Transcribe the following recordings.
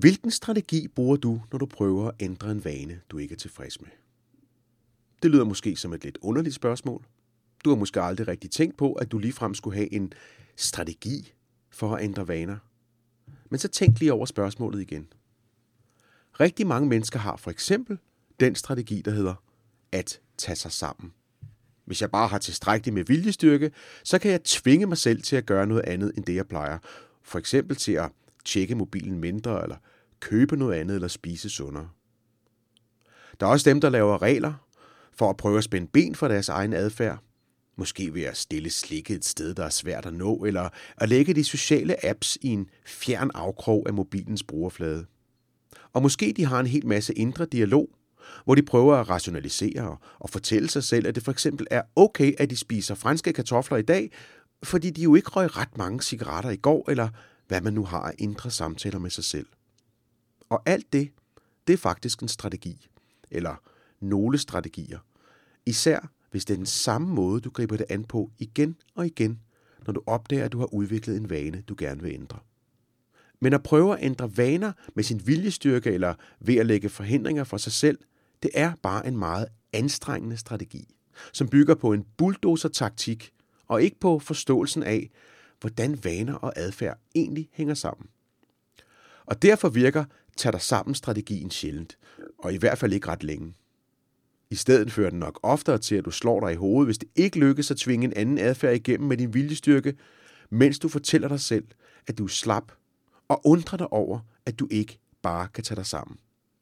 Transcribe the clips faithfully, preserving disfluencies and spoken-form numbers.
Hvilken strategi bruger du, når du prøver at ændre en vane, du ikke er tilfreds med? Det lyder måske som et lidt underligt spørgsmål. Du har måske aldrig rigtig tænkt på, at du ligefrem skulle have en strategi for at ændre vaner. Men så tænk lige over spørgsmålet igen. Rigtig mange mennesker har for eksempel den strategi, der hedder at tage sig sammen. Hvis jeg bare har tilstrækkeligt med viljestyrke, så kan jeg tvinge mig selv til at gøre noget andet, end det jeg plejer. For eksempel til at tjekke mobilen mindre, eller købe noget andet, eller spise sundere. Der er også dem, der laver regler for at prøve at spænde ben for deres egen adfærd. Måske ved at stille slikket et sted, der er svært at nå, eller at lægge de sociale apps i en fjern afkrog af mobilens brugerflade. Og måske de har en hel masse indre dialog, hvor de prøver at rationalisere og fortælle sig selv, at det for eksempel er okay, at de spiser franske kartofler i dag, fordi de jo ikke røg ret mange cigaretter i går, eller hvad man nu har af indre samtaler med sig selv. Og alt det, det er faktisk en strategi, eller nogle strategier. Især hvis det er den samme måde, du griber det an på igen og igen, når du opdager, at du har udviklet en vane, du gerne vil ændre. Men at prøve at ændre vaner med sin viljestyrke eller ved at lægge forhindringer for sig selv, det er bare en meget anstrengende strategi, som bygger på en bulldozer-taktik og ikke på forståelsen af, hvordan vaner og adfærd egentlig hænger sammen. Og derfor virker tag dig sammen strategien sjældent, og i hvert fald ikke ret længe. I stedet fører den nok oftere til, at du slår dig i hovedet, hvis det ikke lykkes at tvinge en anden adfærd igennem med din viljestyrke, mens du fortæller dig selv, at du er slap, og undrer dig over, at du ikke bare kan tage dig sammen.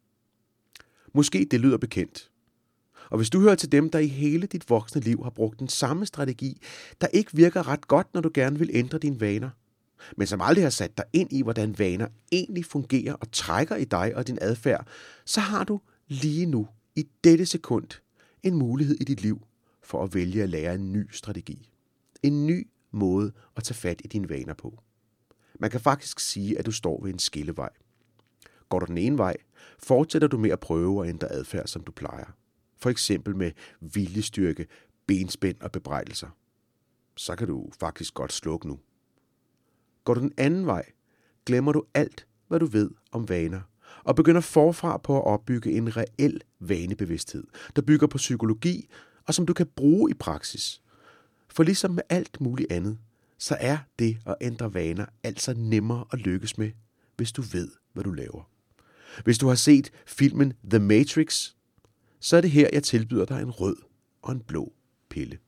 Måske det lyder bekendt. Og hvis du hører til dem, der i hele dit voksne liv har brugt den samme strategi, der ikke virker ret godt, når du gerne vil ændre dine vaner, men som aldrig har sat dig ind i, hvordan vaner egentlig fungerer og trækker i dig og din adfærd, så har du lige nu, i dette sekund, en mulighed i dit liv for at vælge at lære en ny strategi. En ny måde at tage fat i dine vaner på. Man kan faktisk sige, at du står ved en skillevej. Går du den ene vej, fortsætter du med at prøve at ændre adfærd, som du plejer. For eksempel med viljestyrke, benspænd og bebrejdelser. Så kan du faktisk godt slukke nu. Går du den anden vej, glemmer du alt, hvad du ved om vaner, og begynder forfra på at opbygge en reel vanebevidsthed, der bygger på psykologi, og som du kan bruge i praksis. For ligesom med alt muligt andet, så er det at ændre vaner altså nemmere at lykkes med, hvis du ved, hvad du laver. Hvis du har set filmen The Matrix, så er det her, jeg tilbyder dig en rød og en blå pille.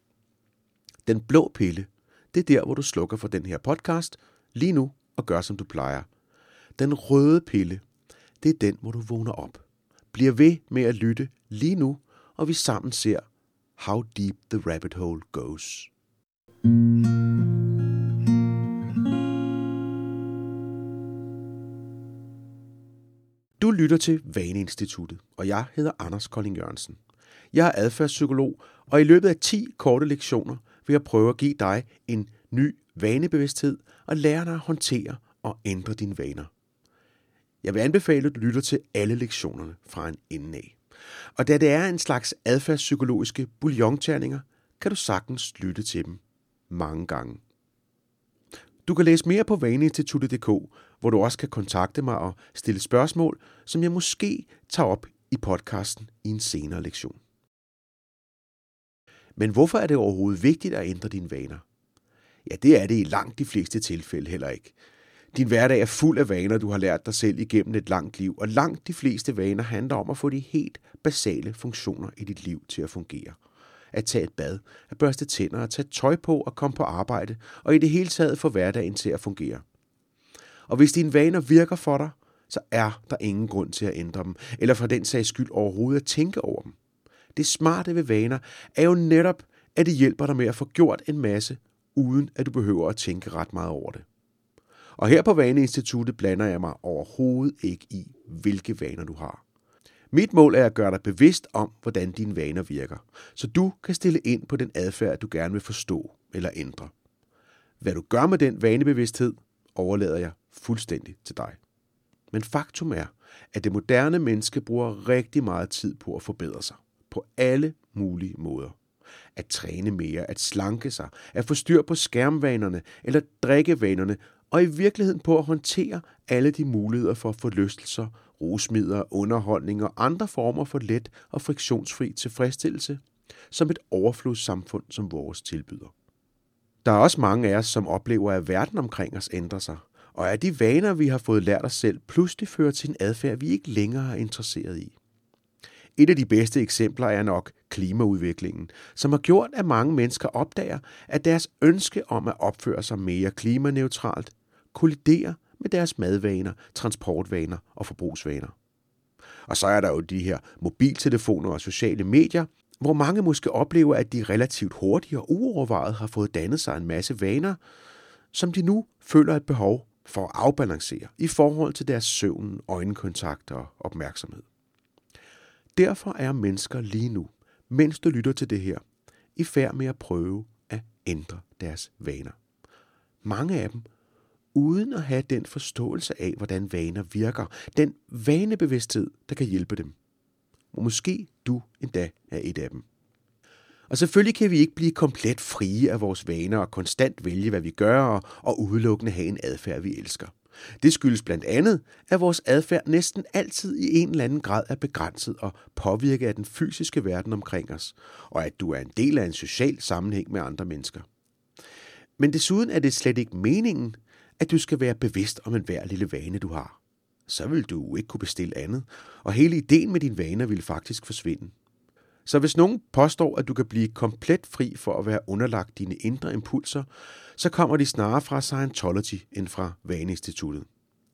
Den blå pille, det er der, hvor du slukker for den her podcast lige nu og gør, som du plejer. Den røde pille, det er den, hvor du vågner op. Bliver ved med at lytte lige nu, og vi sammen ser How Deep the Rabbit Hole Goes. Du lytter til Vaneinstituttet, og jeg hedder Anders Kolding Jørgensen. Jeg er adfærdspsykolog, og i løbet af ti korte lektioner vil jeg prøve at give dig en ny vanebevidsthed og lære dig at håndtere og ændre dine vaner. Jeg vil anbefale, at du lytter til alle lektionerne fra en ende af. Og da det er en slags adfærdspsykologiske bouillonterninger, kan du sagtens lytte til dem mange gange. Du kan læse mere på vaneinstituttet punktum d k, hvor du også kan kontakte mig og stille spørgsmål, som jeg måske tager op i podcasten i en senere lektion. Men hvorfor er det overhovedet vigtigt at ændre dine vaner? Ja, det er det i langt de fleste tilfælde heller ikke. Din hverdag er fuld af vaner, du har lært dig selv igennem et langt liv, og langt de fleste vaner handler om at få de helt basale funktioner i dit liv til at fungere. At tage et bad, at børste tænder, at tage tøj på og komme på arbejde, og i det hele taget få hverdagen til at fungere. Og hvis dine vaner virker for dig, så er der ingen grund til at ændre dem, eller for den sags skyld overhovedet at tænke over dem. Det smarte ved vaner er jo netop, at det hjælper dig med at få gjort en masse, uden at du behøver at tænke ret meget over det. Og her på Vaneinstituttet blander jeg mig overhovedet ikke i, hvilke vaner du har. Mit mål er at gøre dig bevidst om, hvordan dine vaner virker, så du kan stille ind på den adfærd, du gerne vil forstå eller ændre. Hvad du gør med den vanebevidsthed, overlader jeg fuldstændig til dig. Men faktum er, at det moderne menneske bruger rigtig meget tid på at forbedre sig. På alle mulige måder. At træne mere, at slanke sig, at få styr på skærmvanerne eller drikkevanerne og i virkeligheden på at håndtere alle de muligheder for forlystelser, rusmidler, underholdning og andre former for let og friktionsfri tilfredsstillelse, som et overflodssamfund som vores tilbyder. Der er også mange af os, som oplever, at verden omkring os ændrer sig, og at de vaner, vi har fået lært os selv, pludselig fører til en adfærd, vi ikke længere er interesseret i. Et af de bedste eksempler er nok klimaudviklingen, som har gjort, at mange mennesker opdager, at deres ønske om at opføre sig mere klimaneutralt kolliderer med deres madvaner, transportvaner og forbrugsvaner. Og så er der jo de her mobiltelefoner og sociale medier, hvor mange måske oplever, at de relativt hurtigt og uovervejet har fået dannet sig en masse vaner, som de nu føler et behov for at afbalancere i forhold til deres søvn, øjenkontakt og opmærksomhed. Derfor er mennesker lige nu, mens du lytter til det her, i færd med at prøve at ændre deres vaner. Mange af dem uden at have den forståelse af, hvordan vaner virker, den vanebevidsthed, der kan hjælpe dem. Og måske du endda er et af dem. Og selvfølgelig kan vi ikke blive komplet frie af vores vaner og konstant vælge, hvad vi gør, og, og udelukkende have en adfærd, vi elsker. Det skyldes blandt andet, at vores adfærd næsten altid i en eller anden grad er begrænset og påvirket af den fysiske verden omkring os, og at du er en del af en social sammenhæng med andre mennesker. Men desuden er det slet ikke meningen, at du skal være bevidst om enhver lille vane, du har. Så vil du ikke kunne bestille andet, og hele ideen med dine vaner vil faktisk forsvinde. Så hvis nogen påstår, at du kan blive komplet fri for at være underlagt dine indre impulser, så kommer de snarere fra Scientology end fra Vaneinstituttet.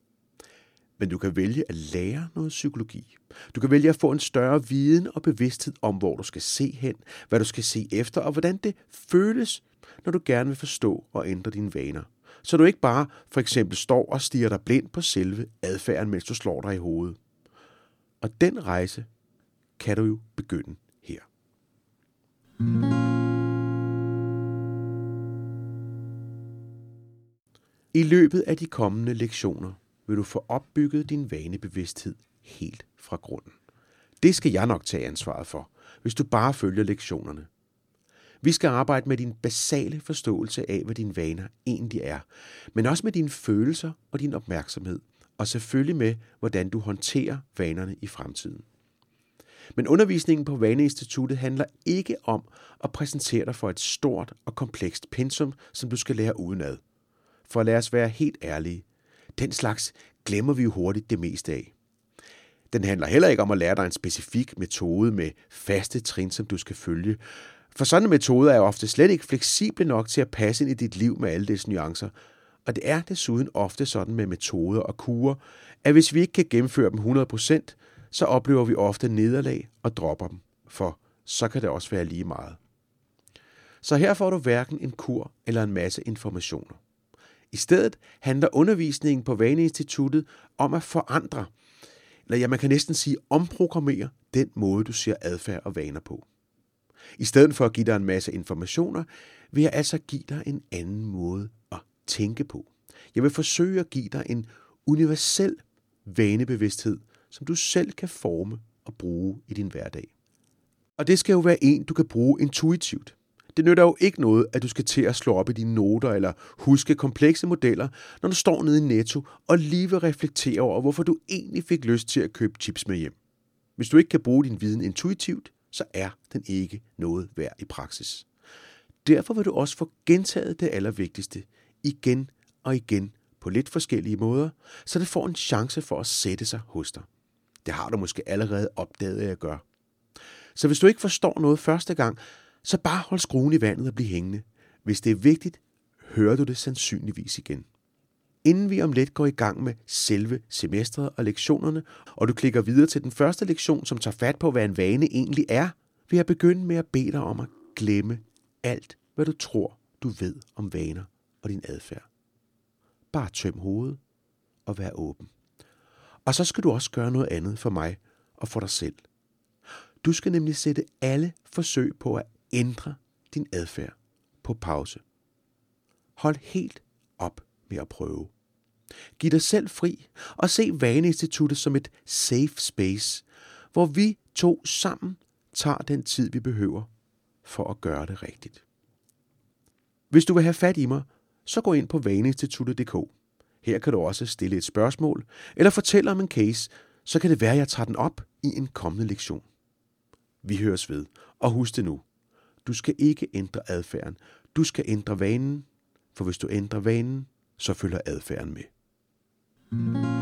Men du kan vælge at lære noget psykologi. Du kan vælge at få en større viden og bevidsthed om, hvor du skal se hen, hvad du skal se efter, og hvordan det føles, når du gerne vil forstå og ændre dine vaner. Så du ikke bare for eksempel står og stirrer dig blind på selve adfærden, mens du slår dig i hovedet. Og den rejse kan du jo begynde her. I løbet af de kommende lektioner vil du få opbygget din vanebevidsthed helt fra grunden. Det skal jeg nok tage ansvaret for, hvis du bare følger lektionerne. Vi skal arbejde med din basale forståelse af, hvad dine vaner egentlig er, men også med dine følelser og din opmærksomhed, og selvfølgelig med, hvordan du håndterer vanerne i fremtiden. Men undervisningen på Vaneinstituttet handler ikke om at præsentere dig for et stort og komplekst pensum, som du skal lære udenad. For lad os være helt ærlige, den slags glemmer vi jo hurtigt det meste af. Den handler heller ikke om at lære dig en specifik metode med faste trin, som du skal følge. For sådanne metoder er ofte slet ikke fleksible nok til at passe ind i dit liv med alle dets nuancer. Og det er desuden ofte sådan med metoder og kurer, at hvis vi ikke kan gennemføre dem hundrede procent, så oplever vi ofte nederlag og dropper dem, for så kan det også være lige meget. Så her får du hverken en kur eller en masse informationer. I stedet handler undervisningen på Vaneinstituttet om at forandre, eller ja, man kan næsten sige omprogrammere den måde, du ser adfærd og vaner på. I stedet for at give dig en masse informationer, vil jeg altså give dig en anden måde at tænke på. Jeg vil forsøge at give dig en universel vanebevidsthed, som du selv kan forme og bruge i din hverdag. Og det skal jo være en, du kan bruge intuitivt. Det nytter jo ikke noget, at du skal til at slå op i dine noter eller huske komplekse modeller, når du står nede i Netto og lige vil reflektere over, hvorfor du egentlig fik lyst til at købe chips med hjem. Hvis du ikke kan bruge din viden intuitivt, så er den ikke noget værd i praksis. Derfor vil du også få gentaget det allervigtigste igen og igen på lidt forskellige måder, så det får en chance for at sætte sig hos dig. Det har du måske allerede opdaget, at jeg gør. Så hvis du ikke forstår noget første gang, så bare hold skruen i vandet og bliv hængende. Hvis det er vigtigt, hører du det sandsynligvis igen. Inden vi om lidt går i gang med selve semestret og lektionerne, og du klikker videre til den første lektion, som tager fat på, hvad en vane egentlig er, vil jeg begynde med at bede dig om at glemme alt, hvad du tror, du ved om vaner og din adfærd. Bare tøm hovedet og vær åben. Og så skal du også gøre noget andet for mig og for dig selv. Du skal nemlig sætte alle forsøg på at ændre din adfærd på pause. Hold helt op med at prøve. Giv dig selv fri og se Vaneinstituttet som et safe space, hvor vi to sammen tager den tid, vi behøver for at gøre det rigtigt. Hvis du vil have fat i mig, så gå ind på vaneinstituttet punktum d k. Her kan du også stille et spørgsmål eller fortælle om en case, så kan det være, at jeg tager den op i en kommende lektion. Vi høres ved, og husk det nu. Du skal ikke ændre adfærden. Du skal ændre vanen, for hvis du ændrer vanen, så følger adfærden med.